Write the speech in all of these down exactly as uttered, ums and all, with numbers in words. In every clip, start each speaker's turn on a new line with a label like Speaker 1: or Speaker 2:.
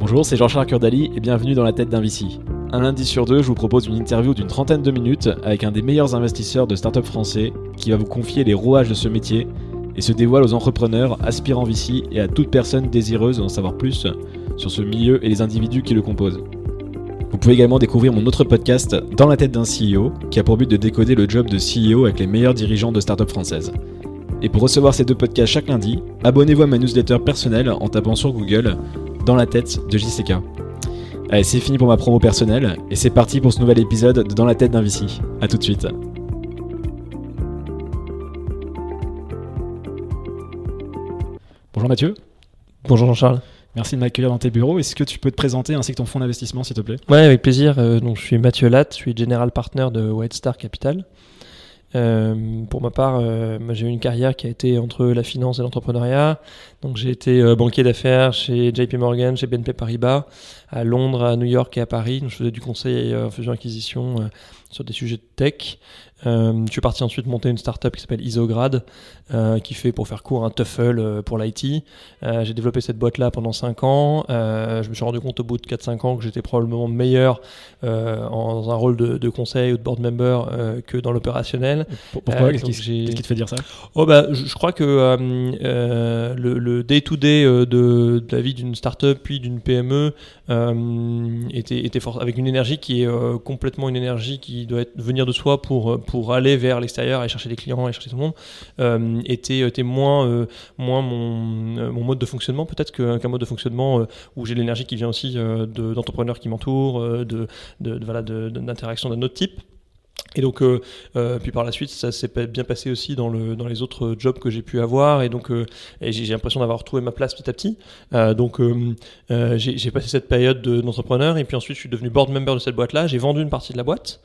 Speaker 1: Bonjour, c'est Jean-Charles Kurdali et bienvenue dans la tête d'un V C. Un lundi sur deux, je vous propose une interview d'une trentaine de minutes avec un des meilleurs investisseurs de start-up français qui va vous confier les rouages de ce métier et se dévoile aux entrepreneurs, aspirants V C et à toute personne désireuse d'en savoir plus sur ce milieu et les individus qui le composent. Vous pouvez également découvrir mon autre podcast Dans la tête d'un C E O qui a pour but de décoder le job de C E O avec les meilleurs dirigeants de start-up françaises. Et pour recevoir ces deux podcasts chaque lundi, abonnez-vous à ma newsletter personnelle en tapant sur Google Dans la tête de J C K. Allez, c'est fini pour ma promo personnelle et c'est parti pour ce nouvel épisode de Dans la tête d'un V C. A tout de suite. Bonjour Mathieu.
Speaker 2: Bonjour Jean-Charles.
Speaker 1: Merci de m'accueillir dans tes bureaux. Est-ce que tu peux te présenter ainsi que ton fonds d'investissement, s'il te plaît ?
Speaker 2: Ouais, avec plaisir. Euh, donc, je suis Mathieu Latte, je suis General Partner de White Star Capital. Euh, pour ma part, euh, moi, j'ai eu une carrière qui a été entre la finance et l'entrepreneuriat. Donc, j'ai été euh, banquier d'affaires chez J P Morgan, chez B N P Paribas, à Londres, à New York et à Paris. Donc, je faisais du conseil en euh, fusion-acquisition euh, sur des sujets de tech. Euh, je suis parti ensuite monter une startup qui s'appelle Isograd, euh, qui fait, pour faire court, un TOEFL euh, pour l'I T. Euh, j'ai développé cette boîte-là pendant cinq ans. Euh, je me suis rendu compte au bout de quatre cinq ans que j'étais probablement meilleur euh, en, dans un rôle de, de conseil ou de board member euh, que dans l'opérationnel.
Speaker 1: Pourquoi euh, qu'est-ce, qui,
Speaker 2: j'ai...
Speaker 1: qu'est-ce qui te fait dire ça ?
Speaker 2: Oh bah, je, je crois que euh, euh, le, le day-to-day de, de la vie d'une startup puis d'une P M E euh, était, était fort, avec une énergie qui est euh, complètement une énergie qui doit être, venir de soi pour pour aller vers l'extérieur et chercher des clients et chercher tout le monde, euh, était, était moins, euh, moins mon, euh, mon mode de fonctionnement peut-être que, qu'un mode de fonctionnement euh, où j'ai l'énergie qui vient aussi euh, de, d'entrepreneurs qui m'entourent, euh, de, de, de, voilà, de, de, d'interactions d'un autre type. Et donc, euh, euh, puis par la suite, ça s'est bien passé aussi dans, le, dans les autres jobs que j'ai pu avoir. Et donc, euh, et j'ai, j'ai l'impression d'avoir retrouvé ma place petit à petit. Euh, donc, euh, euh, j'ai, j'ai passé cette période de, d'entrepreneur. Et puis ensuite, je suis devenu board member de cette boîte-là. J'ai vendu une partie de la boîte.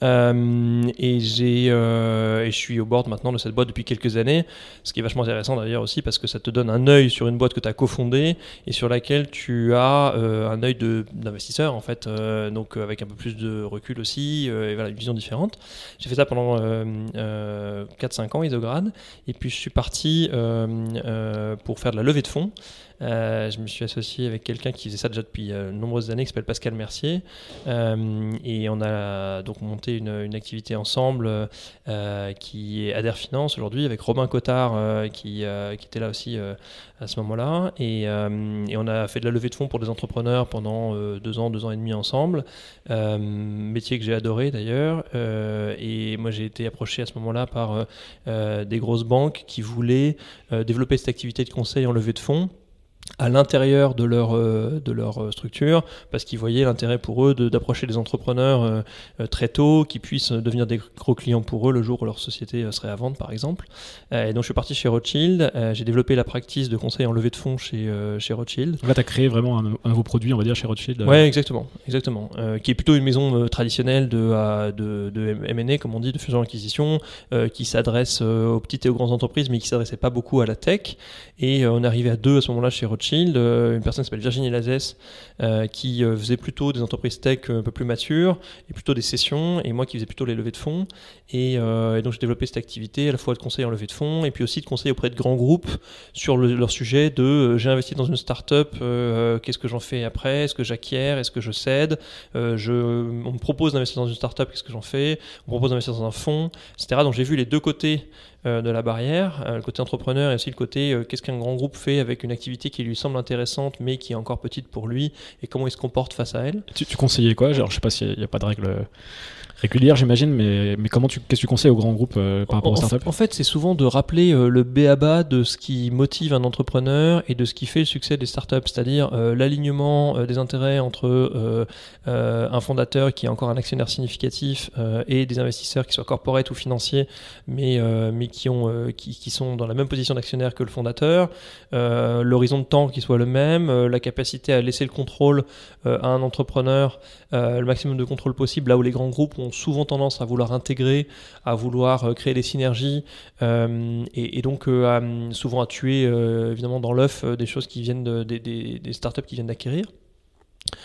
Speaker 2: Euh, et, j'ai, euh, et je suis au board maintenant de cette boîte depuis quelques années, ce qui est vachement intéressant d'ailleurs aussi parce que ça te donne un œil sur une boîte que tu as cofondée et sur laquelle tu as euh, un œil de, d'investisseur en fait, euh, donc avec un peu plus de recul aussi, euh, et voilà, une vision différente. J'ai fait ça pendant euh, euh, quatre cinq ans, Isograd, et puis je suis parti euh, euh, pour faire de la levée de fonds. Euh, je me suis associé avec quelqu'un qui faisait ça déjà depuis euh, de nombreuses années, qui s'appelle Pascal Mercier, euh, et on a donc monté une, une activité ensemble euh, qui est Adair Finance aujourd'hui, avec Robin Cottard euh, qui, euh, qui était là aussi euh, à ce moment-là, et, euh, et on a fait de la levée de fonds pour des entrepreneurs pendant euh, deux ans, deux ans et demi ensemble, euh, métier que j'ai adoré d'ailleurs, euh, et moi j'ai été approché à ce moment-là par euh, des grosses banques qui voulaient euh, développer cette activité de conseil en levée de fonds à l'intérieur de leur, euh, de leur structure, parce qu'ils voyaient l'intérêt pour eux de, d'approcher des entrepreneurs euh, euh, très tôt, qui puissent devenir des gros clients pour eux le jour où leur société euh, serait à vendre, par exemple. Euh, et donc, je suis parti chez Rothschild. Euh, j'ai développé la practice de conseil en levée de fonds chez, euh, chez Rothschild.
Speaker 1: Là, tu as créé vraiment un, un nouveau produit, on va dire, chez Rothschild.
Speaker 2: Oui, exactement. exactement. Euh, qui est plutôt une maison euh, traditionnelle de, euh, de, de M and A, comme on dit, de fusion-acquisition, euh, qui s'adresse euh, aux petites et aux grandes entreprises, mais qui ne s'adressait pas beaucoup à la tech. Et euh, on est arrivé à deux à ce moment-là chez Rothschild. Euh, une personne qui s'appelle Virginie Lazès euh, qui euh, faisait plutôt des entreprises tech un peu plus matures et plutôt des sessions, et moi qui faisais plutôt les levées de fonds, et, euh, et donc j'ai développé cette activité à la fois de conseil en levée de fonds et puis aussi de conseil auprès de grands groupes sur le, leur sujet de euh, j'ai investi dans une start-up, euh, qu'est-ce que j'en fais après, est-ce que j'acquiers, est-ce que je cède, euh, je, on me propose d'investir dans une start-up, qu'est-ce que j'en fais, on me propose d'investir dans un fonds, et cetera. Donc j'ai vu les deux côtés Euh, de la barrière, euh, le côté entrepreneur et aussi le côté euh, qu'est-ce qu'un grand groupe fait avec une activité qui lui semble intéressante mais qui est encore petite pour lui et comment il se comporte face à elle.
Speaker 1: Tu, tu conseillais quoi ? Alors, je sais pas s'il n'y a, a pas de règle régulière, j'imagine, mais, mais comment tu, qu'est-ce que tu conseilles aux grands groupes euh, par rapport
Speaker 2: en,
Speaker 1: aux startups ?
Speaker 2: En fait, c'est souvent de rappeler euh, le b a ba de ce qui motive un entrepreneur et de ce qui fait le succès des startups, c'est-à-dire euh, l'alignement euh, des intérêts entre euh, euh, un fondateur qui est encore un actionnaire significatif euh, et des investisseurs qui soient corporate ou financiers, mais, euh, mais qui, ont, euh, qui, qui sont dans la même position d'actionnaire que le fondateur, euh, l'horizon de temps qui soit le même, euh, la capacité à laisser le contrôle euh, à un entrepreneur, euh, le maximum de contrôle possible, là où les grands groupes ont souvent tendance à vouloir intégrer, à vouloir euh, créer des synergies euh, et, et donc euh, à, souvent à tuer euh, évidemment dans l'œuf euh, des choses qui viennent de, des, des, des startups qui viennent d'acquérir.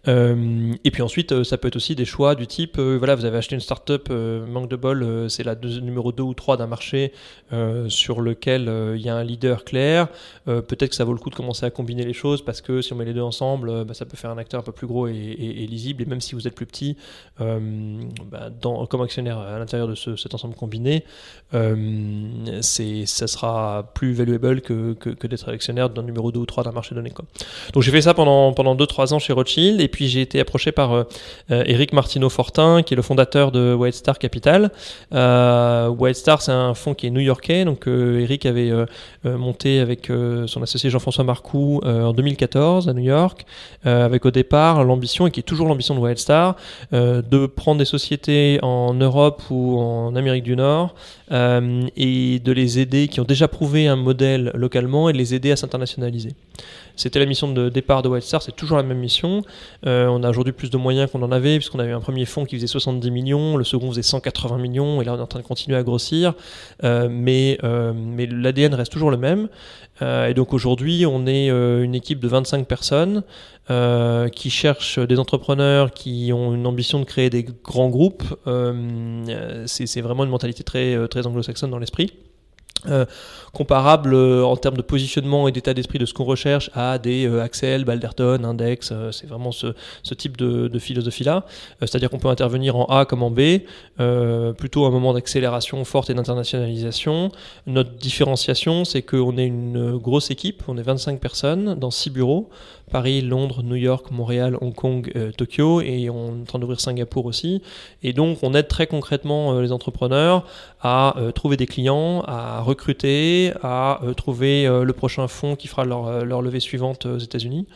Speaker 2: Euh, et puis ensuite, euh, ça peut être aussi des choix du type, euh, voilà, vous avez acheté une startup, euh, manque de bol, euh, c'est la deux, numéro deux ou trois d'un marché euh, sur lequel il euh, y a un leader clair. Euh, peut-être que ça vaut le coup de commencer à combiner les choses parce que si on met les deux ensemble, euh, bah, ça peut faire un acteur un peu plus gros et, et, et lisible. Et même si vous êtes plus petit, euh, bah, dans, comme actionnaire à l'intérieur de ce, cet ensemble combiné, euh, c'est, ça sera plus valuable que, que, que d'être actionnaire d'un numéro deux ou trois d'un marché donné, quoi. Donc j'ai fait ça pendant, pendant deux trois ans chez Rothschild, et puis j'ai été approché par euh, Eric Martineau-Fortin, qui est le fondateur de White Star Capital. Euh, White Star, c'est un fonds qui est new-yorkais, donc euh, Eric avait euh, monté avec euh, son associé Jean-François Marcoux euh, en deux mille quatorze à New York, euh, avec au départ l'ambition, et qui est toujours l'ambition de White Star, euh, de prendre des sociétés en Europe ou en Amérique du Nord euh, et de les aider, qui ont déjà prouvé un modèle localement, et de les aider à s'internationaliser. C'était la mission de départ de White Star, c'est toujours la même mission. Euh, on a aujourd'hui plus de moyens qu'on en avait, puisqu'on avait un premier fonds qui faisait soixante-dix millions, le second faisait cent quatre-vingts millions, et là on est en train de continuer à grossir. Euh, mais, euh, mais l'A D N reste toujours le même. Euh, et donc aujourd'hui, on est euh, une équipe de vingt-cinq personnes euh, qui cherchent des entrepreneurs qui ont une ambition de créer des grands groupes. Euh, c'est, c'est vraiment une mentalité très, très anglo-saxonne dans l'esprit. Euh, comparable euh, en termes de positionnement et d'état d'esprit de ce qu'on recherche à des euh, Axel, Balderton, Index, euh, c'est vraiment ce, ce type de, de philosophie-là. Euh, c'est-à-dire qu'on peut intervenir en A comme en B, euh, plutôt un moment d'accélération forte et d'internationalisation. Notre différenciation, c'est qu'on est une grosse équipe, on est vingt-cinq personnes dans six bureaux, Paris, Londres, New York, Montréal, Hong Kong, euh, Tokyo, et on est en train d'ouvrir Singapour aussi. Et donc on aide très concrètement euh, les entrepreneurs à euh, trouver des clients, à recruter, à euh, trouver euh, le prochain fonds qui fera leur, leur levée suivante aux États-Unis.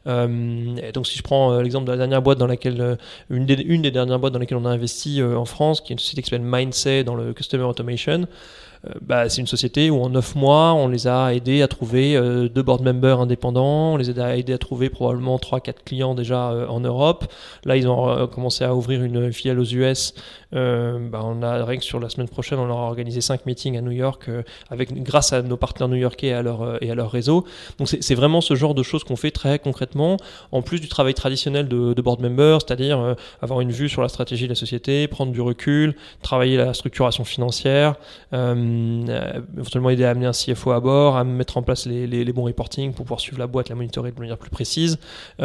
Speaker 2: Euh, et donc si je prends euh, l'exemple de la dernière boîte dans laquelle euh, une, des, une des dernières boîtes dans lesquelles on a investi euh, en France, qui est une société qui s'appelle Mindset dans le Customer Automation. Bah, c'est une société où en neuf mois, on les a aidés à trouver euh, deux board members indépendants, on les a aidés à trouver probablement trois quatre clients déjà euh, en Europe. Là, ils ont euh, commencé à ouvrir une filiale aux U S. Euh, bah, on a, rien que sur la semaine prochaine, on leur a organisé cinq meetings à New York euh, avec, grâce à nos partenaires new-yorkais et à leur, euh, et à leur réseau. Donc c'est, c'est vraiment ce genre de choses qu'on fait très concrètement, en plus du travail traditionnel de, de board members, c'est-à-dire euh, avoir une vue sur la stratégie de la société, prendre du recul, travailler la structuration financière, euh, Euh, éventuellement aider à amener un C F O à bord, à mettre en place les, les, les bons reporting pour pouvoir suivre la boîte, la monitorer de manière plus précise,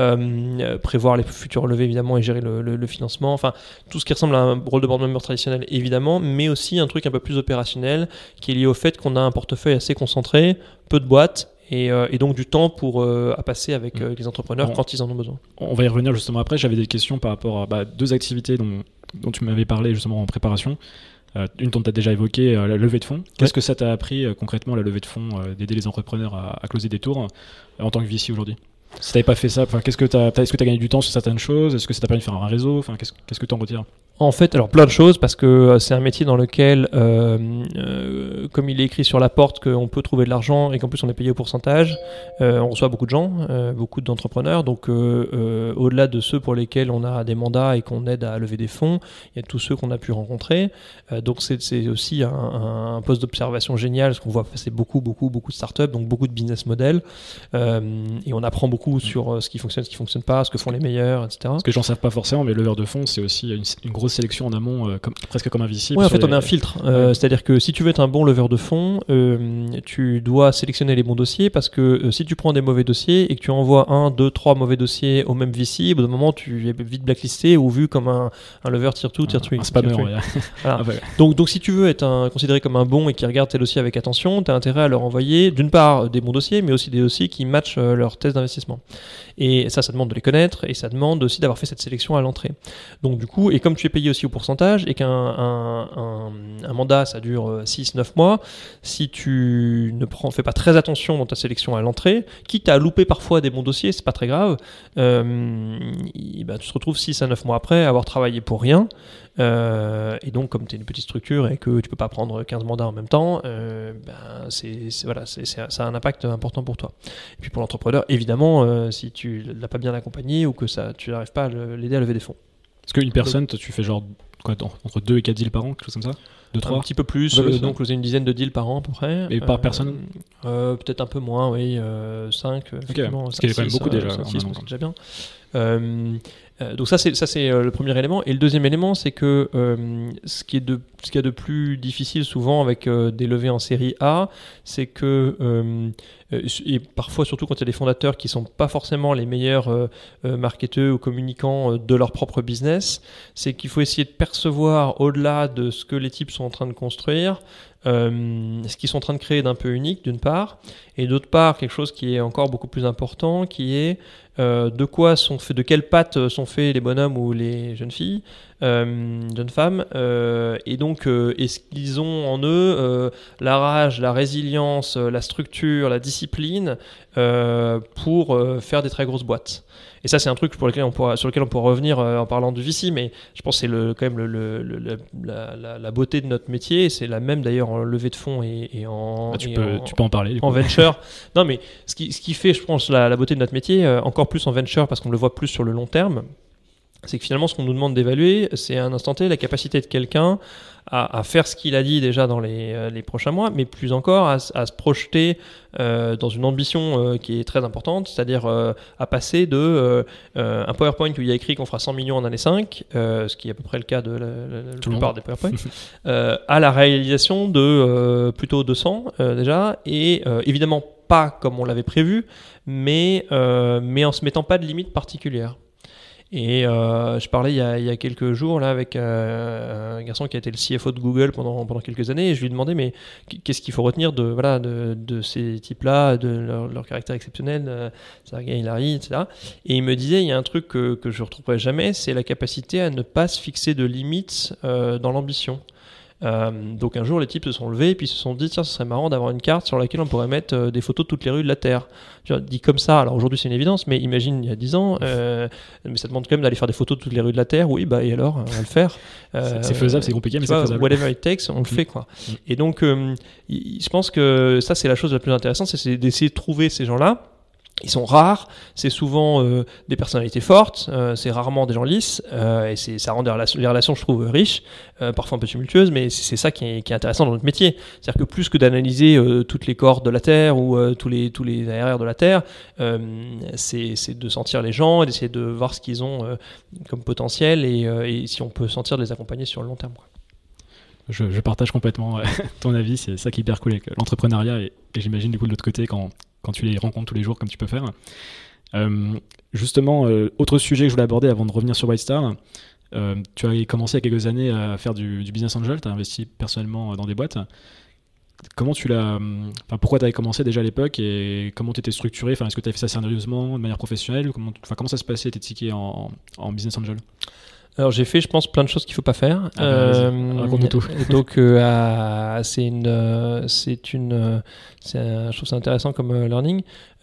Speaker 2: euh, prévoir les futures levées évidemment et gérer le, le, le financement, enfin tout ce qui ressemble à un rôle de board member traditionnel évidemment, mais aussi un truc un peu plus opérationnel qui est lié au fait qu'on a un portefeuille assez concentré, peu de boîtes, Et, euh, et donc du temps pour, euh, à passer avec euh, les entrepreneurs on, quand ils en ont besoin.
Speaker 1: On va y revenir justement après. J'avais des questions par rapport à bah, deux activités dont, dont tu m'avais parlé justement en préparation. Euh, une dont tu as déjà évoqué, euh, la levée de fonds. Qu'est-ce ouais. que ça t'a appris euh, concrètement, la levée de fonds, euh, d'aider les entrepreneurs à, à closer des tours euh, en tant que V C aujourd'hui ? Si tu n'avais pas fait ça, qu'est-ce que t'as, est-ce que tu as gagné du temps sur certaines choses ? Est-ce que ça t'a permis de faire un réseau ? Qu'est-ce, qu'est-ce que tu en retires ?
Speaker 2: En fait, alors plein de choses, parce que euh, c'est un métier dans lequel, euh, euh, comme il est écrit sur la porte qu'on peut trouver de l'argent et qu'en plus on est payé au pourcentage, euh, on reçoit beaucoup de gens, euh, beaucoup d'entrepreneurs. Donc euh, euh, au-delà de ceux pour lesquels on a des mandats et qu'on aide à lever des fonds, il y a tous ceux qu'on a pu rencontrer. Euh, donc c'est, c'est aussi un, un poste d'observation génial, parce qu'on voit passer beaucoup, beaucoup, beaucoup de startups, donc beaucoup de business models. Euh, et on apprend beaucoup sur euh, ce qui fonctionne, ce qui ne fonctionne pas, ce que font les meilleurs, et cetera.
Speaker 1: Parce que j'en sais pas forcément, mais leveur de fonds, c'est aussi une, une grosse sélection en amont, euh, comme, presque comme un V C.
Speaker 2: Oui, en fait,
Speaker 1: les...
Speaker 2: on a un filtre. Euh, ouais. C'est-à-dire que si tu veux être un bon leveur de fonds, euh, tu dois sélectionner les bons dossiers, parce que euh, si tu prends des mauvais dossiers et que tu envoies un, deux, trois mauvais dossiers au même V C, au bout d'un moment, tu es vite blacklisté ou vu comme un, un lever tier deux, tier trois.
Speaker 1: Un spammer, ouais.
Speaker 2: Voilà. donc, donc, si tu veux être un, considéré comme un bon et qui regarde tes dossiers avec attention, tu as intérêt à leur envoyer, d'une part, des bons dossiers, mais aussi des dossiers qui matchent euh, leur thèse d'investissement. Et ça, ça demande de les connaître, et ça demande aussi d'avoir fait cette sélection à l'entrée. Donc du coup, et comme tu es payé aussi au pourcentage, et qu'un un, un, un mandat, ça dure six neuf mois, si tu ne prends, fais pas très attention dans ta sélection à l'entrée, quitte à louper parfois des bons dossiers, c'est pas très grave, euh, et ben, tu te retrouves six à neuf mois après à avoir travaillé pour rien. Euh, et donc comme tu es une petite structure et que tu peux pas prendre quinze mandats en même temps, euh, ben, c'est, c'est, voilà, c'est, c'est, ça a un impact important pour toi. Et puis pour l'entrepreneur, évidemment, euh, si tu l'as pas bien accompagné ou que ça, tu n'arrives pas à l'aider à lever des fonds.
Speaker 1: Parce qu'une personne, donc, tu fais genre quoi, entre deux et quatre deals par an, quelque chose comme ça? deux, trois
Speaker 2: Un petit peu plus, euh, donc closer une dizaine de deals par an à peu près.
Speaker 1: Et par
Speaker 2: euh,
Speaker 1: personne
Speaker 2: euh, Peut-être un peu moins, oui, euh, cinq.
Speaker 1: Effectivement, okay. Ce qui est quand même beaucoup déjà.
Speaker 2: cinq, six, c'est déjà bien. Euh, euh, donc ça c'est ça c'est euh, le premier élément, et le deuxième élément c'est que euh, ce qui est de ce qu'il y a de plus difficile souvent avec euh, des levées en série A, c'est que euh, et parfois surtout quand il y a des fondateurs qui sont pas forcément les meilleurs euh, euh, marketeurs ou communicants euh, de leur propre business, c'est qu'il faut essayer de percevoir au-delà de ce que les types sont en train de construire, euh, ce qu'ils sont en train de créer d'un peu unique d'une part, et d'autre part quelque chose qui est encore beaucoup plus important, qui est euh, de quoi sont faits, de quelles pattes sont faits les bonhommes ou les jeunes filles, euh, jeunes femmes, euh, et donc euh, est-ce qu'ils ont en eux euh, la rage, la résilience, la structure, la discipline euh, pour euh, faire des très grosses boîtes. Et ça, c'est un truc pour lequel on pourra, sur lequel on pourra revenir euh, en parlant du V C, mais je pense que c'est le, quand même le, le, le, la, la, la beauté de notre métier, et c'est la même d'ailleurs en levée de fonds et, et en,
Speaker 1: bah, tu,
Speaker 2: et
Speaker 1: peux,
Speaker 2: en,
Speaker 1: tu peux en parler du coup.
Speaker 2: En venture. Non, mais ce qui, ce qui fait, je pense, la, la beauté de notre métier, euh, encore plus en venture, parce qu'on le voit plus sur le long terme, c'est que finalement, ce qu'on nous demande d'évaluer, c'est à un instant T la capacité de quelqu'un à, à faire ce qu'il a dit déjà dans les, euh, les prochains mois, mais plus encore à, à se projeter euh, dans une ambition euh, qui est très importante, c'est-à-dire euh, à passer de euh, euh, un PowerPoint où il y a écrit qu'on fera cent millions en année cinq, euh, ce qui est à peu près le cas de la, la, la plupart des PowerPoints, euh, à la réalisation de euh, plutôt deux cents euh, déjà, et euh, évidemment pas comme on l'avait prévu, mais, euh, mais en se mettant pas de limite particulière. Et euh, je parlais il y, a, il y a quelques jours là, avec euh, un garçon qui a été le C F O de Google pendant, pendant quelques années, et je lui demandais mais qu'est-ce qu'il faut retenir de, voilà, de, de ces types-là, de leur, leur caractère exceptionnel, euh, Sergey, Larry, et cetera. Et il me disait, il y a un truc que, que je ne retrouverai jamais, c'est la capacité à ne pas se fixer de limites euh, dans l'ambition. Euh, donc un jour les types se sont levés et puis se sont dit tiens ce serait marrant d'avoir une carte sur laquelle on pourrait mettre euh, des photos de toutes les rues de la Terre. Tu vois, dit comme ça, alors aujourd'hui c'est une évidence, mais imagine il y a dix ans, euh, mais ça demande quand même d'aller faire des photos de toutes les rues de la Terre. Oui bah et alors on va le faire.
Speaker 1: Euh, c'est faisable, c'est compliqué mais c'est
Speaker 2: vois,
Speaker 1: faisable.
Speaker 2: Whatever it takes, on le fait quoi. Mm. Et donc euh, je pense que ça c'est la chose la plus intéressante, c'est d'essayer de trouver ces gens-là. Ils sont rares, c'est souvent euh, des personnalités fortes, euh, c'est rarement des gens lisses, euh, et c'est, ça rend des relations, les relations, je trouve, riches, euh, parfois un peu tumultueuses, mais c'est, c'est ça qui est, qui est intéressant dans notre métier. C'est-à-dire que plus que d'analyser euh, toutes les cordes de la Terre ou euh, tous les tous les aéraires de la Terre, euh, c'est, c'est de sentir les gens et d'essayer de voir ce qu'ils ont euh, comme potentiel et, euh, et si on peut sentir de les accompagner sur le long terme, quoi.
Speaker 1: Je, je partage complètement euh, ton avis, c'est ça qui est hyper cool avec l'entrepreneuriat, et, et j'imagine du coup de l'autre côté quand quand tu les rencontres tous les jours comme tu peux faire. Euh, justement, euh, autre sujet que je voulais aborder avant de revenir sur Whitestar, euh, tu as commencé il y a quelques années à faire du, du business angel, tu as investi personnellement dans des boîtes. Comment tu l'as, enfin, pourquoi tu avais commencé déjà à l'époque et comment tu étais structuré, enfin, est-ce que tu avais fait ça sérieusement, de manière professionnelle, comment, enfin, comment ça se passait tes tickets en, en business angel?
Speaker 2: Alors j'ai fait, je pense, plein de choses qu'il faut pas faire.
Speaker 1: Ah bah, euh, raconte-nous tout.
Speaker 2: Donc euh, à, c'est une, euh, c'est une, c'est un, je trouve ça intéressant comme euh, learning.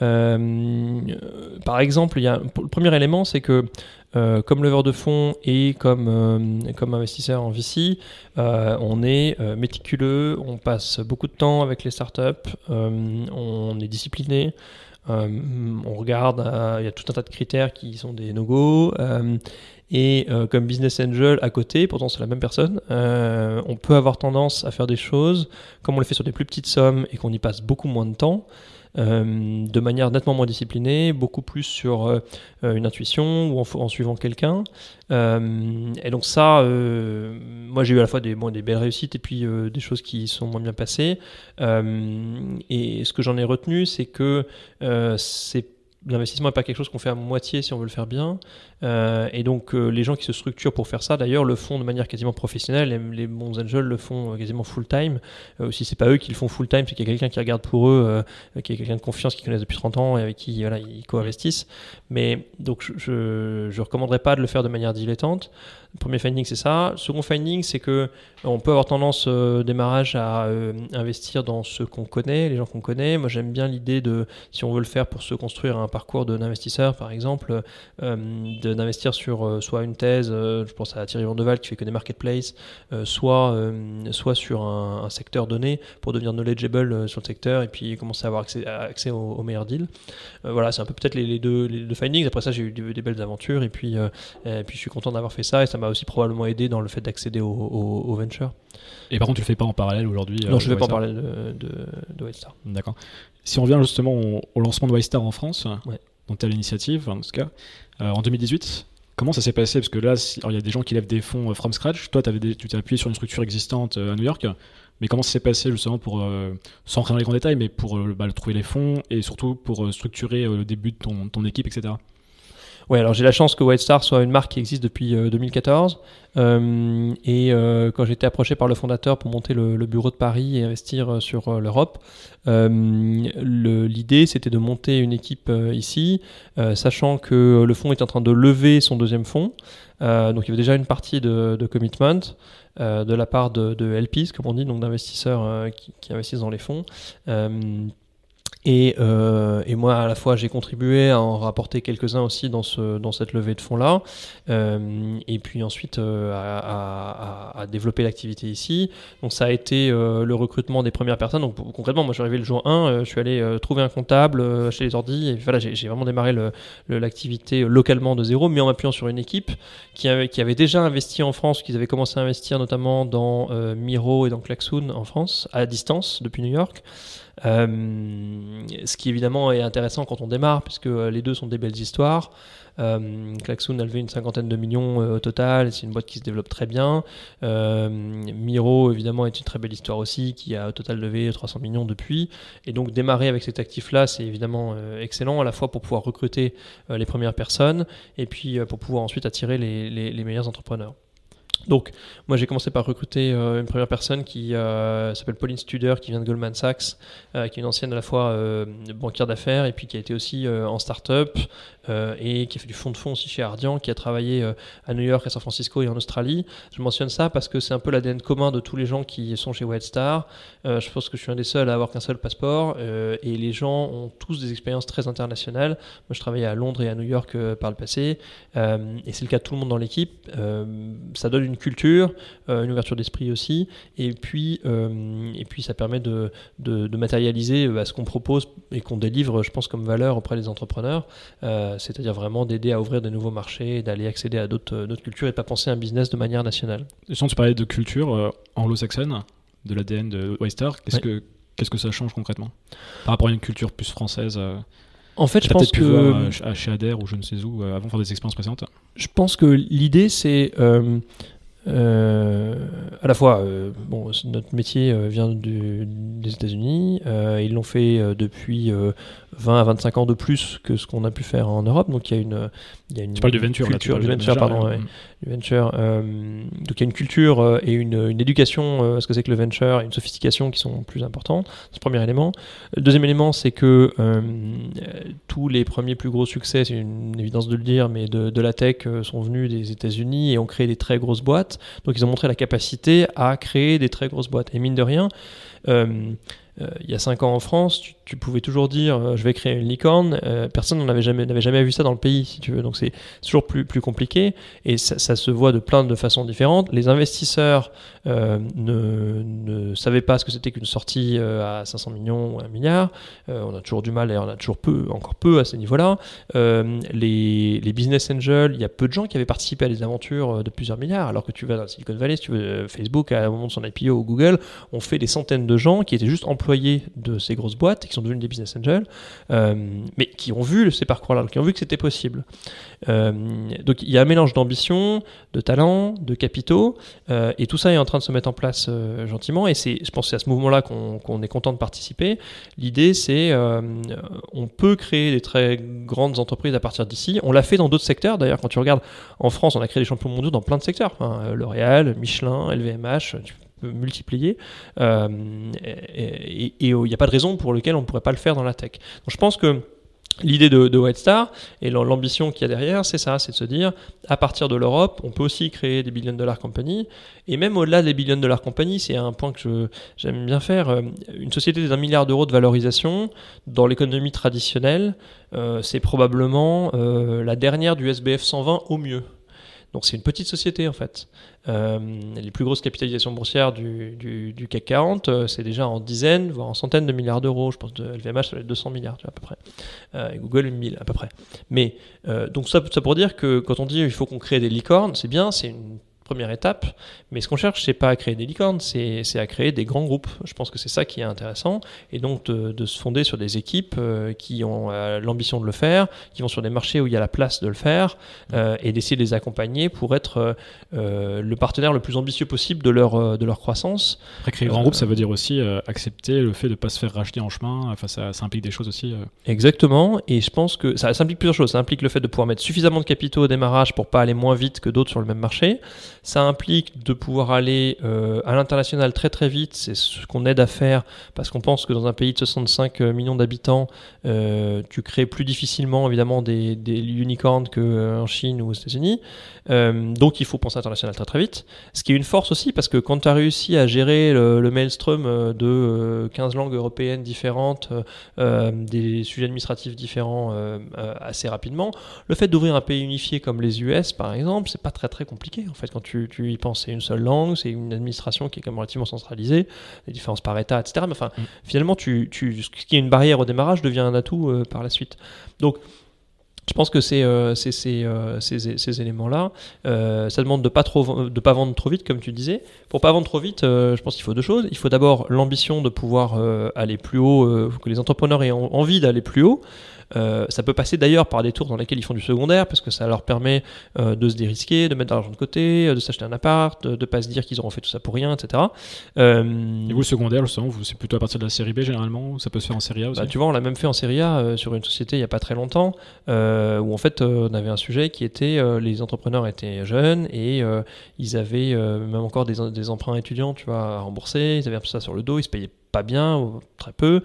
Speaker 2: Euh, par exemple, il y a le premier élément, c'est que euh, comme leveur de fonds et comme euh, comme investisseur en V C, euh, on est euh, méticuleux, on passe beaucoup de temps avec les startups, euh, on est discipliné. Euh, on regarde, il euh, y a tout un tas de critères qui sont des no-go. Euh, Et euh, comme business angel à côté, pourtant c'est la même personne, euh, on peut avoir tendance à faire des choses comme on les fait sur des plus petites sommes et qu'on y passe beaucoup moins de temps, euh, de manière nettement moins disciplinée, beaucoup plus sur euh, une intuition ou en, en suivant quelqu'un. Euh, et donc ça, euh, moi j'ai eu à la fois des, bon, des belles réussites et puis euh, des choses qui sont moins bien passées. Euh, et ce que j'en ai retenu, c'est que euh, c'est l'investissement n'est pas quelque chose qu'on fait à moitié si on veut le faire bien. Euh, et donc, euh, les gens qui se structurent pour faire ça, d'ailleurs, le font de manière quasiment professionnelle. Les, les bons angels le font euh, quasiment full-time. Euh, si c'est pas eux qui le font full-time, c'est qu'il y a quelqu'un qui regarde pour eux, euh, qui est quelqu'un de confiance, qui connaissent depuis trente ans et avec qui voilà, ils co-investissent. Mais donc, je ne recommanderais pas de le faire de manière dilettante. Le premier finding, c'est ça. Le second finding, c'est que on peut avoir tendance euh, au démarrage à euh, investir dans ceux qu'on connaît, les gens qu'on connaît. Moi, j'aime bien l'idée de, si on veut le faire pour se construire un parcours de l'investisseur, par exemple, euh, de, d'investir sur euh, soit une thèse, euh, je pense à Thierry Vandeval qui fait que des marketplaces, euh, soit, euh, soit sur un, un secteur donné pour devenir knowledgeable euh, sur le secteur et puis commencer à avoir accès, accès aux, aux meilleurs deals. Euh, voilà, c'est un peu peut-être les, les, deux, les deux findings. Après ça, j'ai eu des, des belles aventures et puis, euh, et puis je suis content d'avoir fait ça et ça m'a aussi probablement aidé dans le fait d'accéder au, au, au venture.
Speaker 1: Et par contre, tu le fais pas en parallèle aujourd'hui?
Speaker 2: Non,
Speaker 1: euh,
Speaker 2: je ne fais pas en parallèle de, de, de Whitestar.
Speaker 1: D'accord. Si on revient justement au, au lancement de Whitestar en France,
Speaker 2: ouais.
Speaker 1: dont tu as l'initiative, en tout cas, euh, en deux mille dix-huit, comment ça s'est passé? Parce que là, il y a des gens qui lèvent des fonds from scratch. Toi, des, tu t'es appuyé sur une structure existante euh, à New York. Mais comment ça s'est passé justement pour, euh, sans rentrer dans les grands détails, mais pour euh, bah, trouver les fonds et surtout pour euh, structurer euh, le début de ton, ton équipe, et cetera.
Speaker 2: Ouais, alors j'ai la chance que Whitestar soit une marque qui existe depuis euh, deux mille quatorze. Euh, et euh, quand j'ai été approché par le fondateur pour monter le, le bureau de Paris et investir sur euh, l'Europe, euh, le, l'idée c'était de monter une équipe euh, ici, euh, sachant que le fonds est en train de lever son deuxième fonds. Euh, donc il y avait déjà une partie de, de commitment euh, de la part de, de L Ps, comme on dit, donc d'investisseurs euh, qui, qui investissent dans les fonds. Euh, Et, euh, et moi, à la fois, j'ai contribué à en rapporter quelques-uns aussi dans, ce, dans cette levée de fonds-là. Euh, et puis ensuite, euh, à, à, à développer l'activité ici. Donc, ça a été euh, le recrutement des premières personnes. Donc, concrètement, moi, je suis arrivé le jour un, euh, je suis allé euh, trouver un comptable, euh, acheter les ordis. Et voilà, j'ai, j'ai vraiment démarré le, le, l'activité localement de zéro, mais en m'appuyant sur une équipe qui avait, qui avait déjà investi en France, qu'ils avaient commencé à investir notamment dans euh, Miro et dans Klaxoon en France, à distance, depuis New York. Euh, ce qui évidemment est intéressant quand on démarre, puisque les deux sont des belles histoires. Euh, Klaxoon a levé une cinquantaine de millions euh, au total, c'est une boîte qui se développe très bien. Euh, Miro évidemment est une très belle histoire aussi, qui a au total levé trois cents millions depuis. Et donc démarrer avec cet actif-là, c'est évidemment euh, excellent, à la fois pour pouvoir recruter euh, les premières personnes, et puis euh, pour pouvoir ensuite attirer les, les, les meilleurs entrepreneurs. Donc, moi j'ai commencé par recruter euh, une première personne qui euh, s'appelle Pauline Studer, qui vient de Goldman Sachs, euh, qui est une ancienne à la fois euh, banquière d'affaires et puis qui a été aussi euh, en start-up euh, et qui a fait du fonds de fonds aussi chez Ardian, qui a travaillé euh, à New York, à San Francisco et en Australie. Je mentionne ça parce que c'est un peu l'A D N commun de tous les gens qui sont chez Whitestar. Euh, je pense que je suis un des seuls à avoir qu'un seul passeport euh, et les gens ont tous des expériences très internationales. Moi je travaillais à Londres et à New York euh, par le passé euh, et c'est le cas de tout le monde dans l'équipe. Euh, ça donne une culture, euh, une ouverture d'esprit aussi, et puis, euh, et puis ça permet de, de, de matérialiser euh, ce qu'on propose et qu'on délivre, je pense, comme valeur auprès des entrepreneurs, euh, c'est-à-dire vraiment d'aider à ouvrir de nouveaux marchés, d'aller accéder à d'autres, d'autres cultures et de ne pas penser à un business de manière nationale.
Speaker 1: Et si tu parlais de culture euh, anglo-saxonne, de l'A D N de Whitestar, qu'est-ce, ouais. que, qu'est-ce que ça change concrètement par rapport à une culture plus française euh...
Speaker 2: En fait, je pense que
Speaker 1: voir, euh, chez Adair ou je ne sais où, euh, avant de faire des expériences précédentes.
Speaker 2: Je pense que l'idée, c'est euh, euh, à la fois, euh, bon, notre métier euh, vient du, des États-Unis. Euh, ils l'ont fait euh, depuis euh, vingt à vingt-cinq ans de plus que ce qu'on a pu faire en Europe. Donc il y a une, il y a une
Speaker 1: tu parles du venture,
Speaker 2: culture,
Speaker 1: là,
Speaker 2: du venture,
Speaker 1: venture,
Speaker 2: pardon, ouais, mmh. du venture. Euh, donc il y a une culture euh, et une, une éducation euh, à ce que c'est que le venture, et une sophistication qui sont plus importantes. C'est le premier élément. Le deuxième élément, c'est que euh, tous les premiers plus gros succès, c'est une évidence de le dire, mais de, de la tech euh, sont venus des États-Unis et ont créé des très grosses boîtes. Donc ils ont montré la capacité à créer des très grosses boîtes. Et mine de rien, euh, euh, il y a cinq ans en France, tu, tu pouvais toujours dire euh, je vais créer une licorne. Euh, personne n'avait jamais, n'avait jamais vu ça dans le pays, si tu veux. Donc c'est, c'est toujours plus, plus compliqué et ça, ça se voit de plein de façons différentes. Les investisseurs euh, ne, ne savaient pas ce que c'était qu'une sortie euh, à cinq cents millions ou un milliard. Euh, on a toujours du mal et on a toujours peu, encore peu à ces niveaux-là. Euh, les, les business angels, il y a peu de gens qui avaient participé à des aventures de plusieurs milliards, alors que tu vas dans Silicon Valley, si tu veux, Facebook, à un moment de son I P O ou Google, on fait des centaines de gens qui étaient juste employés de ces grosses boîtes et qui sont devenus des business angels, euh, mais qui ont vu ces parcours-là, qui ont vu que c'était possible. Euh, donc il y a un mélange d'ambition, de talent, de capitaux, euh, et tout ça est en train de se mettre en place euh, gentiment, et c'est, je pense que c'est à ce mouvement-là qu'on, qu'on est content de participer. L'idée, c'est euh, on peut créer des très grandes entreprises à partir d'ici. On l'a fait dans d'autres secteurs, d'ailleurs, quand tu regardes, en France, on a créé des champions mondiaux dans plein de secteurs, hein, L'Oréal, Michelin, L V M H, tu multiplier euh, et il n'y a pas de raison pour laquelle on ne pourrait pas le faire dans la tech. Donc je pense que L'idée de, de White Star et l'ambition qu'il y a derrière, c'est ça, c'est de se dire, à partir de l'Europe, on peut aussi créer des billion dollar compagnies, et même au-delà des billion dollar compagnies, c'est un point que je, j'aime bien faire, une société d'un milliard d'euros de valorisation, dans l'économie traditionnelle, euh, c'est probablement euh, la dernière du S B F cent vingt au mieux. Donc c'est une petite société en fait. Euh, les plus grosses capitalisations boursières du, du, du C A C quarante, euh, c'est déjà en dizaines, voire en centaines de milliards d'euros. Je pense que L V M H, ça va être deux cents milliards, tu vois, à peu près. Euh, et Google, mille à peu près. Mais euh, donc ça, ça pour dire que quand on dit il faut qu'on crée des licornes, c'est bien, c'est une première étape, mais ce qu'on cherche, c'est pas à créer des licornes, c'est, c'est à créer des grands groupes. Je pense que c'est ça qui est intéressant, et donc de, de se fonder sur des équipes euh, qui ont euh, l'ambition de le faire, qui vont sur des marchés où il y a la place de le faire, euh, et d'essayer de les accompagner pour être euh, le partenaire le plus ambitieux possible de leur, de leur croissance.
Speaker 1: Après, créer grand euh, groupe, ça veut dire aussi euh, accepter le fait de ne pas se faire racheter en chemin, enfin, ça, ça implique des choses aussi. Euh...
Speaker 2: Exactement, et je pense que ça, ça implique plusieurs choses. Ça implique le fait de pouvoir mettre suffisamment de capitaux au démarrage pour pas aller moins vite que d'autres sur le même marché. Ça implique de pouvoir aller euh, à l'international très très vite, c'est ce qu'on aide à faire, parce qu'on pense que dans un pays de soixante-cinq millions d'habitants, euh, tu crées plus difficilement évidemment des, des unicorns qu'en Chine ou aux États-Unis. Euh, donc il faut penser international très très vite. Ce qui est une force aussi, parce que quand tu as réussi à gérer le, le maelstrom de quinze langues européennes différentes, euh, des sujets administratifs différents euh, assez rapidement, le fait d'ouvrir un pays unifié comme les U S par exemple, c'est pas très très compliqué en fait quand tu Tu, tu y penses, c'est une seule langue, c'est une administration qui est quand même relativement centralisée, les différences par État, et cetera. Mais enfin, mm. finalement, tu, tu, ce qui est une barrière au démarrage devient un atout euh, par la suite. Donc, je pense que c'est, euh, c'est, c'est, euh, ces, ces éléments-là. Euh, ça demande de pas trop, de pas vendre trop vite, comme tu disais. Pour pas vendre trop vite, euh, je pense qu'il faut deux choses. Il faut d'abord l'ambition de pouvoir euh, aller plus haut, euh, que les entrepreneurs aient envie d'aller plus haut. Euh, ça peut passer d'ailleurs par des tours dans lesquels ils font du secondaire parce que ça leur permet euh, de se dérisquer, de mettre de l'argent de côté, de s'acheter un appart, de ne pas se dire qu'ils auront fait tout ça pour rien, et cetera. Euh,
Speaker 1: Et vous, le secondaire, justement, c'est plutôt à partir de la série B généralement, ou ça peut se faire en série A aussi?
Speaker 2: Bah, tu vois, on l'a même fait en série A euh, sur une société il n'y a pas très longtemps euh, où en fait euh, on avait un sujet qui était euh, les entrepreneurs étaient jeunes et euh, ils avaient euh, même encore des, des emprunts étudiants, tu vois, à rembourser, ils avaient un peu ça sur le dos, ils se payaient pas bien, ou très peu,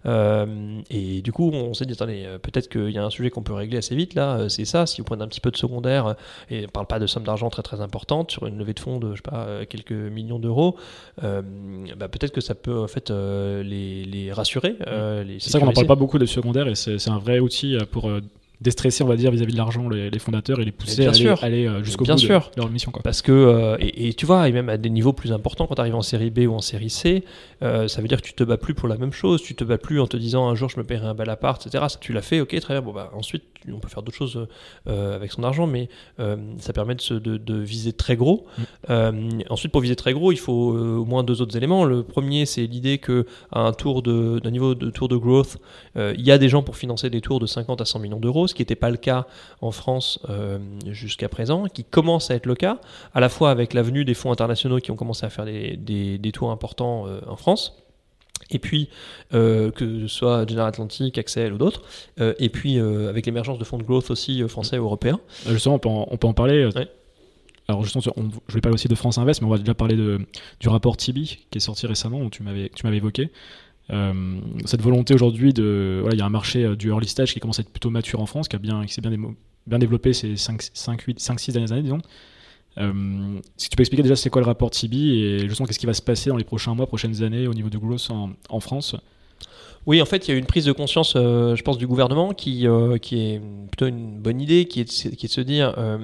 Speaker 2: euh, et du coup on s'est dit attendez, peut-être qu'il y a un sujet qu'on peut régler assez vite là, c'est ça, si vous prenez un petit peu de secondaire, et on ne parle pas de sommes d'argent très très importantes, sur une levée de fonds de je sais pas, quelques millions d'euros, euh, bah, peut-être que ça peut en fait euh, les, les rassurer. Euh, les
Speaker 1: c'est ça qu'on n'en parle pas beaucoup de secondaire, et c'est, c'est un vrai outil pour... Euh, déstresser, on va dire, vis-à- à-vis de l'argent les, les fondateurs et les pousser à aller, aller euh, jusqu'au
Speaker 2: bien
Speaker 1: bout
Speaker 2: sûr.
Speaker 1: de leur mission, quoi.
Speaker 2: Parce que, euh, et, et tu vois, et même à des niveaux plus importants, quand tu arrives en série B ou en série C, euh, ça veut dire que tu te bats plus pour la même chose, tu te bats plus en te disant un jour je me paierai un bel appart, et cetera. Ça, tu l'as fait, ok, très bien, bon bah ensuite on peut faire d'autres choses euh, avec son argent, mais euh, ça permet de, se, de, de viser très gros. Mmh. Euh, ensuite, pour viser très gros, il faut euh, au moins deux autres éléments. Le premier, c'est l'idée qu'à un tour de, d'un niveau de tour de growth, euh, il y a des gens pour financer des tours de cinquante à cent millions d'euros, ce qui n'était pas le cas en France euh, jusqu'à présent, qui commence à être le cas, à la fois avec la venue des fonds internationaux qui ont commencé à faire des, des, des tours importants euh, en France, et puis euh, que ce soit General Atlantic, Accel ou d'autres, euh, et puis euh, avec l'émergence de fonds de growth aussi euh, français ou européens.
Speaker 1: Justement, on peut en, on peut en parler.
Speaker 2: Ouais.
Speaker 1: Alors justement, on, je voulais parler aussi de France Invest, mais on va déjà parler de, du rapport Tibi qui est sorti récemment, où tu m'avais, tu m'avais évoqué. Euh, cette volonté aujourd'hui de, voilà, il y a un marché du early stage qui commence à être plutôt mature en France, qui a bien, qui s'est bien, démo, bien développé ces cinq six dernières années, disons. Euh, si tu peux expliquer déjà c'est quoi le rapport Tibi et justement qu'est-ce qui va se passer dans les prochains mois, prochaines années au niveau du growth en, en France?
Speaker 2: Oui, en fait, il y a eu une prise de conscience, euh, je pense, du gouvernement qui, euh, qui est plutôt une bonne idée, qui est de, qui est de se dire euh,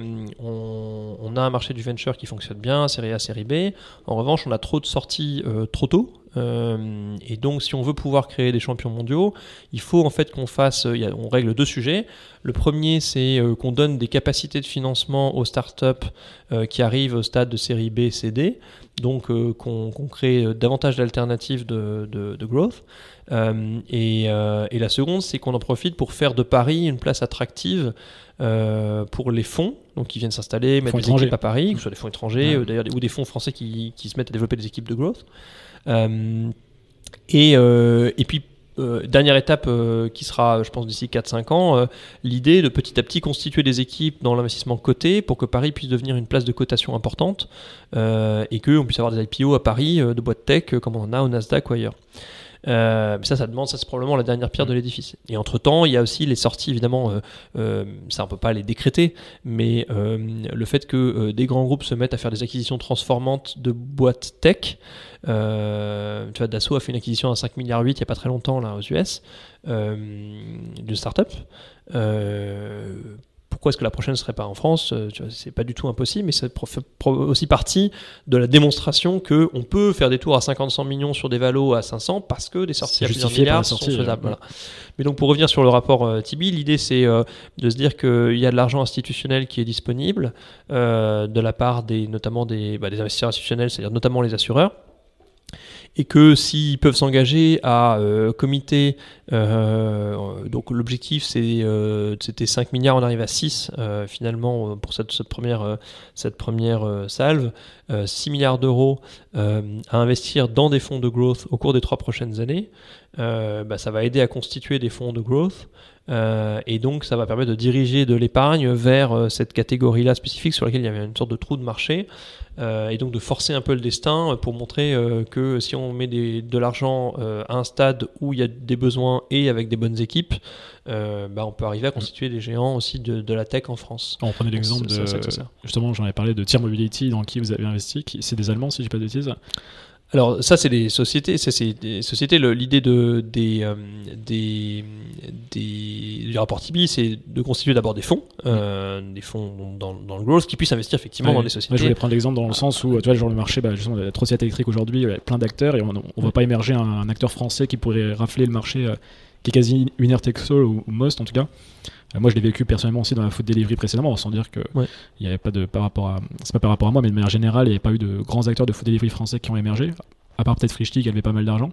Speaker 2: on, on a un marché du venture qui fonctionne bien, série A, série B. En revanche, on a trop de sorties euh, trop tôt. Euh, et donc, si on veut pouvoir créer des champions mondiaux, il faut en fait qu'on fasse. Euh, y a, on règle deux sujets. Le premier, c'est euh, qu'on donne des capacités de financement aux startups euh, qui arrivent au stade de série B, C, D. Donc, euh, qu'on, qu'on crée davantage d'alternatives de, de, de growth. Euh, et, euh, et la seconde, c'est qu'on en profite pour faire de Paris une place attractive euh, pour les fonds, donc qui viennent s'installer, mettre des équipes à Paris, que ce soit des fonds étrangers ouais. euh, d'ailleurs, ou des fonds français qui, qui se mettent à développer des équipes de growth. Euh, et, euh, et puis euh, dernière étape euh, qui sera je pense d'ici quatre cinq ans, euh, l'idée de petit à petit constituer des équipes dans l'investissement coté pour que Paris puisse devenir une place de cotation importante euh, et qu'on puisse avoir des I P O à Paris euh, de boîtes tech euh, comme on en a au Nasdaq ou ailleurs. Euh, mais ça, ça demande, ça c'est probablement la dernière pierre de l'édifice. Et entre-temps, il y a aussi les sorties, évidemment, euh, euh, ça on peut pas les décréter, mais euh, le fait que euh, des grands groupes se mettent à faire des acquisitions transformantes de boîtes tech. Euh, tu vois, Dassault a fait une acquisition à cinq milliards huit il n'y a pas très longtemps là, aux U S, euh, de start-up. Euh, pourquoi est-ce que la prochaine ne serait pas en France? Tu vois, c'est pas du tout impossible, mais ça fait aussi partie de la démonstration qu'on peut faire des tours à cinquante à cent millions sur des valos à cinq cents parce que des sorties à plusieurs milliards sont faisables. Voilà. Mais donc pour revenir sur le rapport euh, Tibi, l'idée c'est euh, de se dire qu'il y a de l'argent institutionnel qui est disponible euh, de la part des, notamment des, bah, des investisseurs institutionnels, c'est-à-dire notamment les assureurs. Et que s'ils peuvent s'engager à euh, comité, euh, donc l'objectif c'est, euh, c'était cinq milliards, on arrive à six euh, finalement pour cette, cette première, euh, cette première euh, salve, euh, six milliards d'euros euh, à investir dans des fonds de growth au cours des trois prochaines années, euh, bah, ça va aider à constituer des fonds de growth. Euh, et donc ça va permettre de diriger de l'épargne vers euh, cette catégorie-là spécifique sur laquelle il y avait une sorte de trou de marché, euh, et donc de forcer un peu le destin pour montrer euh, que si on met des, de l'argent euh, à un stade où il y a des besoins et avec des bonnes équipes, euh, bah, on peut arriver à constituer des géants aussi de, de la tech en France.
Speaker 1: On prenait l'exemple de, ça, ça, ça. Justement j'en avais parlé de Tier Mobility dans qui vous avez investi, c'est des Allemands si je dis pas de bêtises.
Speaker 2: Alors ça c'est des sociétés, ça, c'est des sociétés. Le, l'idée de des euh, des des du rapport Tibi, c'est de constituer d'abord des fonds, euh, des fonds dans, dans le growth qui puissent investir effectivement
Speaker 1: ouais,
Speaker 2: dans des sociétés.
Speaker 1: Ouais, je voulais prendre l'exemple dans le sens où tu vois genre le marché, bah, justement la trottinette électrique aujourd'hui, il y a plein d'acteurs et on ne voit pas émerger un, un acteur français qui pourrait rafler le marché, euh, qui est quasi winner takes all ou, ou most en tout cas. Moi, je l'ai vécu personnellement aussi dans la food delivery précédemment, sans dire que ouais. il y avait pas de par rapport à, c'est pas par rapport à moi, mais de manière générale, il n'y avait pas eu de grands acteurs de food delivery français qui ont émergé, à part peut-être Frischti qui avait pas mal d'argent.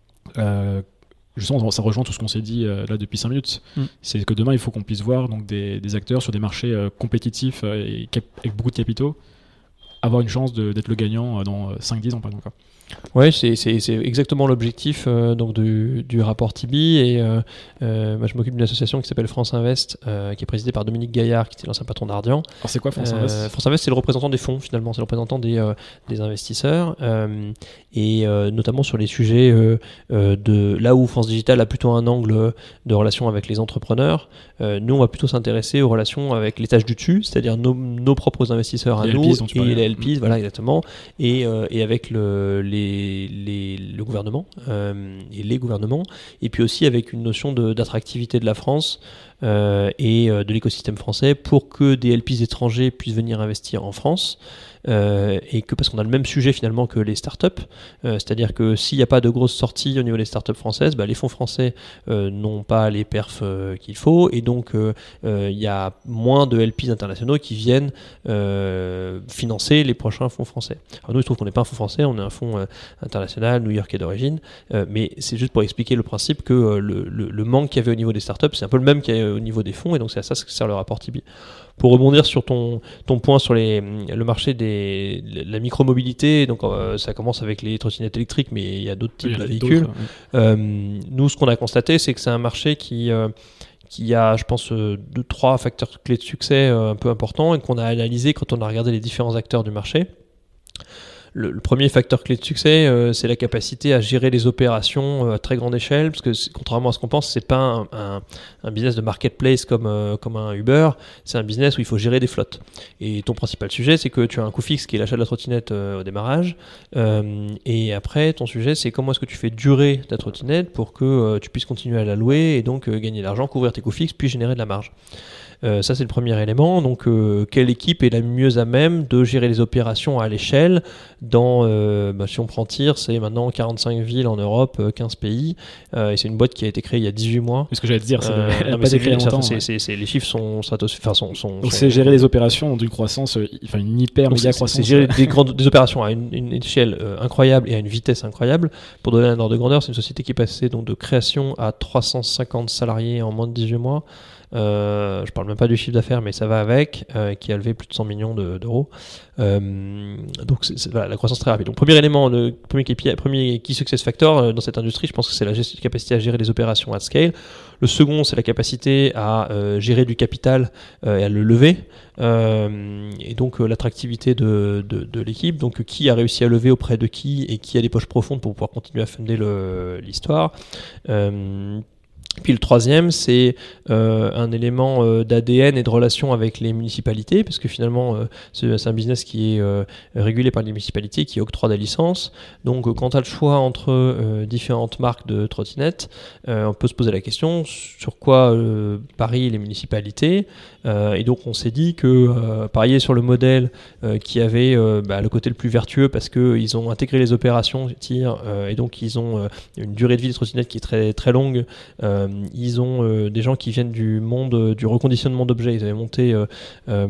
Speaker 1: Euh, justement, ça rejoint tout ce qu'on s'est dit euh, là depuis cinq minutes. Mm. C'est que demain, il faut qu'on puisse voir donc des, des acteurs sur des marchés euh, compétitifs euh, et cap- avec beaucoup de capitaux avoir une chance de, d'être le gagnant euh, dans cinq dix ans par exemple. Quoi.
Speaker 2: Oui, c'est, c'est, c'est exactement l'objectif euh, donc du, du rapport Tibi. Et euh, euh, moi, je m'occupe d'une association qui s'appelle France Invest, euh, qui est présidée par Dominique Gaillard, qui était l'ancien patron d'Ardian.
Speaker 1: Alors, c'est quoi France Invest euh,
Speaker 2: France Invest, c'est le représentant des fonds, finalement. C'est le représentant des, euh, des investisseurs. Euh, et euh, notamment sur les sujets euh, euh, de là où France Digital a plutôt un angle de relation avec les entrepreneurs. Euh, nous, on va plutôt s'intéresser aux relations avec l'étage du dessus, c'est-à-dire nos, nos propres investisseurs à
Speaker 1: les
Speaker 2: nous
Speaker 1: L Ps,
Speaker 2: et les L Ps, mmh. voilà, exactement. Et, euh, et avec le, les Les, les, le gouvernement euh, et les gouvernements, et puis aussi avec une notion de, d'attractivité de la France euh, et euh, de l'écosystème français pour que des L Ps étrangers puissent venir investir en France. Euh, et que parce qu'on a le même sujet finalement que les startups, euh, c'est-à-dire que s'il n'y a pas de grosses sorties au niveau des startups françaises, bah, les fonds français euh, n'ont pas les perfs euh, qu'il faut, et donc il euh, euh, y a moins de L Ps internationaux qui viennent euh, financer les prochains fonds français. Alors nous, il se trouve qu'on n'est pas un fonds français, on est un fonds euh, international, new-yorkais d'origine, euh, mais c'est juste pour expliquer le principe que euh, le, le, le manque qu'il y avait au niveau des startups, c'est un peu le même qu'il y a au niveau des fonds, et donc c'est à ça que sert le rapport Tibi. Pour rebondir sur ton, ton point sur les, le marché des la micromobilité, donc euh, ça commence avec les trottinettes électriques, mais il y a d'autres types oui, de véhicules. Oui. Euh, nous, ce qu'on a constaté, c'est que c'est un marché qui, euh, qui a, je pense, euh, deux, trois facteurs clés de succès euh, un peu importants et qu'on a analysé quand on a regardé les différents acteurs du marché. Le, le premier facteur clé de succès, euh, c'est la capacité à gérer les opérations euh, à très grande échelle, parce que contrairement à ce qu'on pense, c'est pas un, un, un business de marketplace comme, euh, comme un Uber, c'est un business où il faut gérer des flottes. Et ton principal sujet, c'est que tu as un coût fixe qui est l'achat de la trottinette euh, au démarrage, euh, et après, ton sujet, c'est comment est-ce que tu fais durer ta trottinette pour que euh, tu puisses continuer à la louer et donc euh, gagner de l'argent, couvrir tes coûts fixes, puis générer de la marge. Euh, ça, c'est le premier élément. Donc, euh, quelle équipe est la mieux à même de gérer les opérations à l'échelle dans, euh, bah, si on prend Tir, c'est maintenant quarante-cinq villes en Europe, quinze pays, euh, et c'est une boîte qui a été créée il y a dix-huit mois.
Speaker 1: C'est ce que j'allais te dire, c'est,
Speaker 2: euh,
Speaker 1: elle
Speaker 2: non,
Speaker 1: n'a pas été créée longtemps.
Speaker 2: C'est,
Speaker 1: ouais.
Speaker 2: c'est, c'est, les chiffres sont stratosphériques. Enfin, sont, sont,
Speaker 1: Donc,
Speaker 2: sont,
Speaker 1: c'est gérer les opérations d'une croissance, enfin une hyper méga croissance.
Speaker 2: C'est gérer des, grandes, des opérations à une, une échelle euh, incroyable et à une vitesse incroyable. Pour donner un ordre de grandeur, c'est une société qui est passée donc, de création à trois cent cinquante salariés en moins de dix-huit mois. Euh, je parle même pas du chiffre d'affaires, mais ça va avec, euh, qui a levé plus de cent millions de, d'euros. Euh, donc c'est, c'est, voilà, la croissance très rapide. Donc premier élément, le premier K P I, premier Key Success Factor euh, dans cette industrie, je pense que c'est la gestion, capacité à gérer les opérations at scale. Le second, c'est la capacité à euh, gérer du capital euh, et à le lever. Euh, et donc euh, l'attractivité de, de, de l'équipe. Donc qui a réussi à lever auprès de qui et qui a des poches profondes pour pouvoir continuer à funder le, l'histoire. Euh, Puis le troisième, c'est euh, un élément euh, d'A D N et de relation avec les municipalités, parce que finalement, euh, c'est, c'est un business qui est euh, régulé par les municipalités, qui octroient des licences. Donc, euh, quand tu as le choix entre euh, différentes marques de trottinettes, euh, on peut se poser la question sur quoi euh, parient les municipalités. Euh, et donc, on s'est dit que euh, parier sur le modèle euh, qui avait euh, bah, le côté le plus vertueux, parce qu'ils ont intégré les opérations tir, euh, et donc ils ont euh, une durée de vie des trottinettes qui est très, très longue. Euh, Ils ont euh, des gens qui viennent du monde euh, du reconditionnement d'objets. Ils avaient monté euh, euh,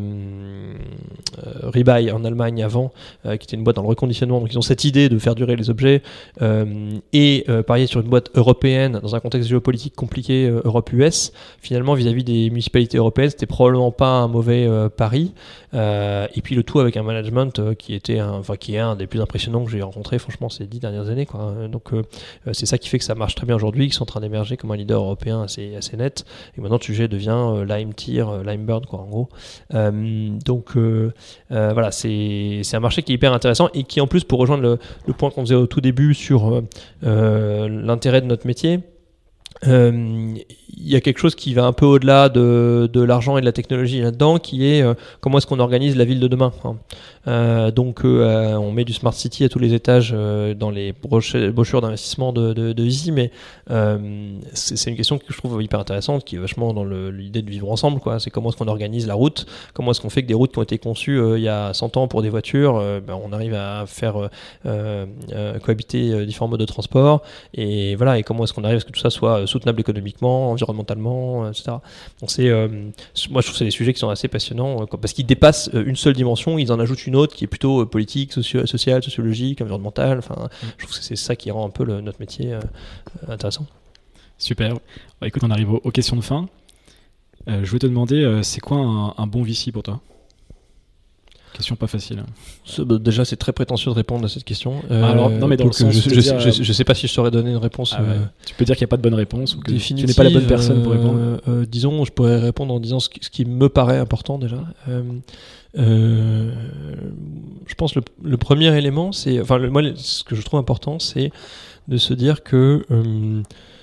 Speaker 2: euh, Rebuy en Allemagne avant, euh, qui était une boîte dans le reconditionnement. Donc ils ont cette idée de faire durer les objets euh, et euh, parier sur une boîte européenne dans un contexte géopolitique compliqué euh, Europe-U S. Finalement, vis-à-vis des municipalités européennes, c'était probablement pas un mauvais euh, pari. Euh, et puis le tout avec un management euh, qui était, un, enfin qui est un des plus impressionnants que j'ai rencontré, franchement, ces dix dernières années, quoi. Donc euh, c'est ça qui fait que ça marche très bien aujourd'hui, qu'ils sont en train d'émerger comme un leader européen assez, assez net. Et maintenant, tu devient euh, Lime Tier, euh, Lime Bird, quoi, en gros. Euh, donc, euh, euh, voilà, c'est, c'est un marché qui est hyper intéressant et qui, en plus, pour rejoindre le, le point qu'on faisait au tout début sur euh, euh, l'intérêt de notre métier, il euh, y a quelque chose qui va un peu au-delà de, de l'argent et de la technologie là-dedans, qui est euh, comment est-ce qu'on organise la ville de demain, hein. Euh, donc euh, on met du Smart City à tous les étages euh, dans les brochures, brochures d'investissement de, de, de Easy, mais euh, c'est, c'est une question que je trouve hyper intéressante, qui est vachement dans le, l'idée de vivre ensemble, quoi. C'est comment est-ce qu'on organise la route, comment est-ce qu'on fait que des routes qui ont été conçues euh, il y a cent ans pour des voitures, euh, ben, on arrive à faire euh, euh, cohabiter euh, différents modes de transport, et voilà, et comment est-ce qu'on arrive à ce que tout ça soit soutenable économiquement, environnementalement, et cetera. Donc c'est, euh, moi je trouve que c'est des sujets qui sont assez passionnants, euh, parce qu'ils dépassent euh, une seule dimension, ils en ajoutent une autre qui est plutôt euh, politique, socio- sociale, sociologique, environnementale. Enfin, mmh. Je trouve que c'est ça qui rend un peu le, notre métier euh, intéressant.
Speaker 1: Super. Bon, écoute, on arrive aux, aux questions de fin. Euh, je voulais te demander, euh, c'est quoi un, un bon V C pour toi ? Question pas facile.
Speaker 2: C'est, bah, déjà, c'est très prétentieux de répondre à cette question.
Speaker 1: Euh, Alors, non, mais dans le sens,
Speaker 2: je, je,
Speaker 1: dire,
Speaker 2: je, je, je sais pas si je saurais donner une réponse.
Speaker 1: Ah ouais.
Speaker 2: euh,
Speaker 1: tu peux dire qu'il n'y a pas de bonne réponse ou que tu n'es pas la bonne personne pour répondre.
Speaker 2: Euh, euh, disons, je pourrais répondre en disant ce qui, ce qui me paraît important déjà. Euh, euh, je pense que le, le premier élément, c'est, enfin, le, moi, ce que je trouve important, c'est de se dire que euh,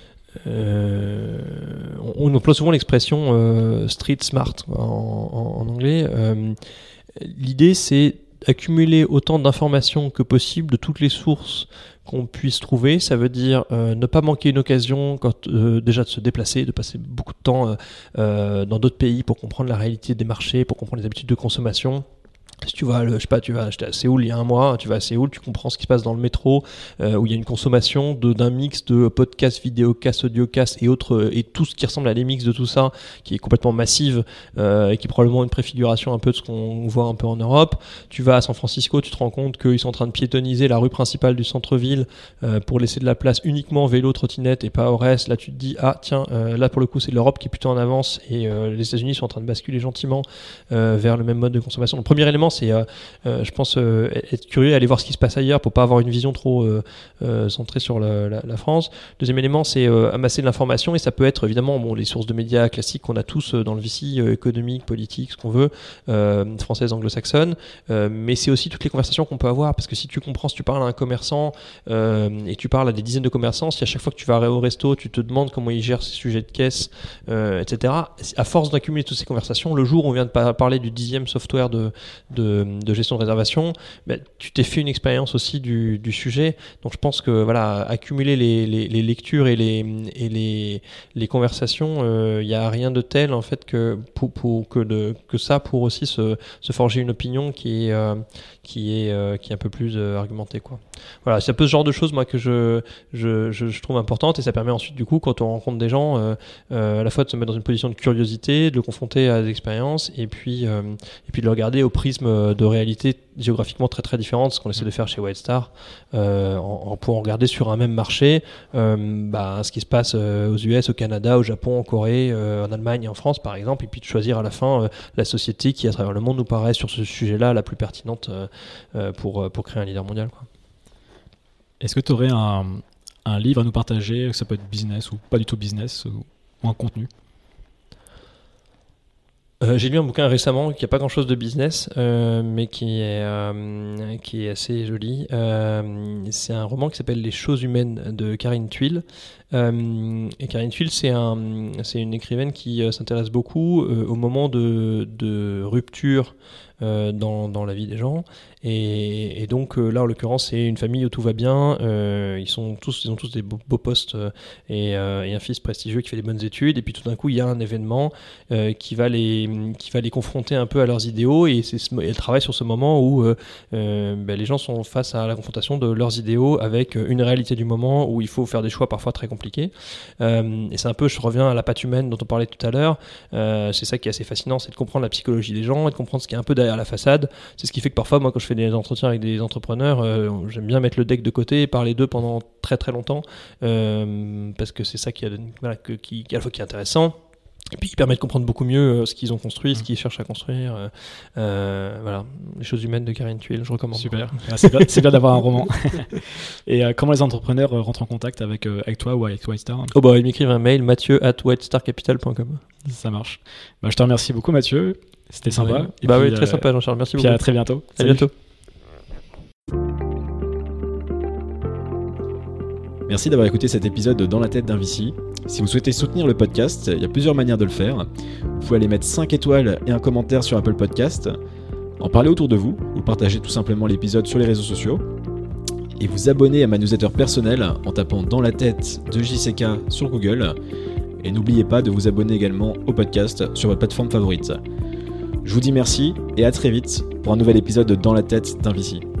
Speaker 2: Euh, on, on emploie souvent l'expression euh, street smart en, en, en anglais. Euh, l'idée, c'est accumuler autant d'informations que possible de toutes les sources qu'on puisse trouver. Ça veut dire euh, ne pas manquer une occasion quand, euh, déjà de se déplacer, de passer beaucoup de temps euh, euh, dans d'autres pays pour comprendre la réalité des marchés, pour comprendre les habitudes de consommation. Si tu vas, je sais pas, tu vas acheter à Séoul il y a un mois, tu vas à Séoul, tu comprends ce qui se passe dans le métro, euh, où il y a une consommation de, d'un mix de podcasts, vidéocasts, audiocasts et autres, et tout ce qui ressemble à des mix de tout ça, qui est complètement massive, euh, et qui est probablement une préfiguration un peu de ce qu'on voit un peu en Europe. Tu vas à San Francisco, tu te rends compte qu'ils sont en train de piétoniser la rue principale du centre-ville euh, pour laisser de la place uniquement vélo, trottinette et pas au reste. Là, tu te dis, ah tiens, euh, là pour le coup, c'est l'Europe qui est plutôt en avance, et euh, les États-Unis sont en train de basculer gentiment euh, vers le même mode de consommation. Le premier élément, c'est, euh, euh, je pense, euh, être curieux, aller voir ce qui se passe ailleurs pour pas avoir une vision trop euh, euh, centrée sur la, la, la France. Deuxième élément, c'est euh, amasser de l'information, et ça peut être évidemment bon, les sources de médias classiques qu'on a tous euh, dans le V C, euh, économique, politique, ce qu'on veut, euh, française, anglo-saxonne, euh, mais c'est aussi toutes les conversations qu'on peut avoir, parce que si tu comprends, si tu parles à un commerçant euh, et tu parles à des dizaines de commerçants, si à chaque fois que tu vas au resto, tu te demandes comment ils gèrent ces sujets de caisse, euh, et cetera, à force d'accumuler toutes ces conversations, le jour où on vient de parler du dixième software de, de, de gestion de réservation, ben, tu t'es fait une expérience aussi du, du sujet. Donc je pense que voilà, accumuler les, les, les lectures et les, et les, les conversations, il euh, n'y a rien de tel en fait que, pour, pour, que, de, que ça pour aussi se, se forger une opinion qui est, euh, qui est, euh, qui est un peu plus euh, argumentée, quoi. Voilà, c'est un peu ce genre de choses moi que je, je, je, je trouve importante, et ça permet ensuite du coup quand on rencontre des gens euh, euh, à la fois de se mettre dans une position de curiosité, de le confronter à des expériences, et puis, euh, et puis de le regarder au prisme prisme de réalité géographiquement très très différente, ce qu'on essaie de faire chez White Star, euh, en, en pouvant regarder sur un même marché euh, bah, ce qui se passe euh, aux U S, au Canada, au Japon, en Corée, euh, en Allemagne et en France par exemple, et puis de choisir à la fin euh, la société qui à travers le monde nous paraît sur ce sujet-là la plus pertinente euh, euh, pour, pour créer un leader mondial, quoi.
Speaker 1: Est-ce que tu aurais un, un livre à nous partager, ça peut être business ou pas du tout business, ou, ou un contenu?
Speaker 2: Euh, j'ai lu un bouquin récemment qui n'a pas grand-chose de business, euh, mais qui est, euh, qui est assez joli. Euh, c'est un roman qui s'appelle Les choses humaines de Karine Thuil. Euh, et Karine Thuil, c'est, un, c'est une écrivaine qui euh, s'intéresse beaucoup euh, au moment de, de rupture euh, dans, dans la vie des gens. Et, et donc euh, là, en l'occurrence, c'est une famille où tout va bien. Euh, ils, sont tous, ils ont tous des beaux, beaux postes euh, et, euh, et un fils prestigieux qui fait des bonnes études. Et puis tout d'un coup, il y a un événement euh, qui, va les, qui va les confronter un peu à leurs idéaux. Et, c'est ce, et elle travaille sur ce moment où euh, euh, ben, les gens sont face à la confrontation de leurs idéaux avec une réalité du moment où il faut faire des choix parfois très compliqués. Euh, et c'est un peu, je reviens à la patte humaine dont on parlait tout à l'heure. Euh, c'est ça qui est assez fascinant, c'est de comprendre la psychologie des gens et de comprendre ce qui est un peu derrière la façade. C'est ce qui fait que parfois, moi, quand je fais des entretiens avec des entrepreneurs, euh, j'aime bien mettre le deck de côté et parler d'eux pendant très très longtemps, euh, parce que c'est ça qui, a, voilà, que, qui, qui, à la fois qui est intéressant, et puis qui permet de comprendre beaucoup mieux euh, ce qu'ils ont construit, ce qu'ils cherchent à construire. Euh, euh, voilà, Les choses humaines de Karine Thuil, je recommande.
Speaker 1: Super, ah, c'est, bien, c'est bien d'avoir un roman. Et euh, comment les entrepreneurs euh, rentrent en contact avec, euh, avec toi ou avec White Star?
Speaker 2: Oh bah, ils m'écrivent un mail, mathieu at white star capital point com.
Speaker 1: Ça marche. Bah, je te remercie beaucoup, Mathieu. C'était sympa.
Speaker 2: Ouais.
Speaker 1: Et
Speaker 2: bah
Speaker 1: puis,
Speaker 2: oui, très
Speaker 1: euh,
Speaker 2: sympa, Jean-Charles. Merci
Speaker 1: puis
Speaker 2: beaucoup.
Speaker 1: À très bientôt.
Speaker 2: À
Speaker 1: Salut.
Speaker 2: bientôt.
Speaker 1: Merci d'avoir écouté cet épisode de Dans la tête d'un V C. Si vous souhaitez soutenir le podcast, il y a plusieurs manières de le faire. Vous pouvez aller mettre cinq étoiles et un commentaire sur Apple Podcast, en parler autour de vous, ou partager tout simplement l'épisode sur les réseaux sociaux, et vous abonner à ma newsletter personnelle en tapant Dans la tête de J C K sur Google. Et n'oubliez pas de vous abonner également au podcast sur votre plateforme favorite. Je vous dis merci et à très vite pour un nouvel épisode de Dans la tête d'un V C.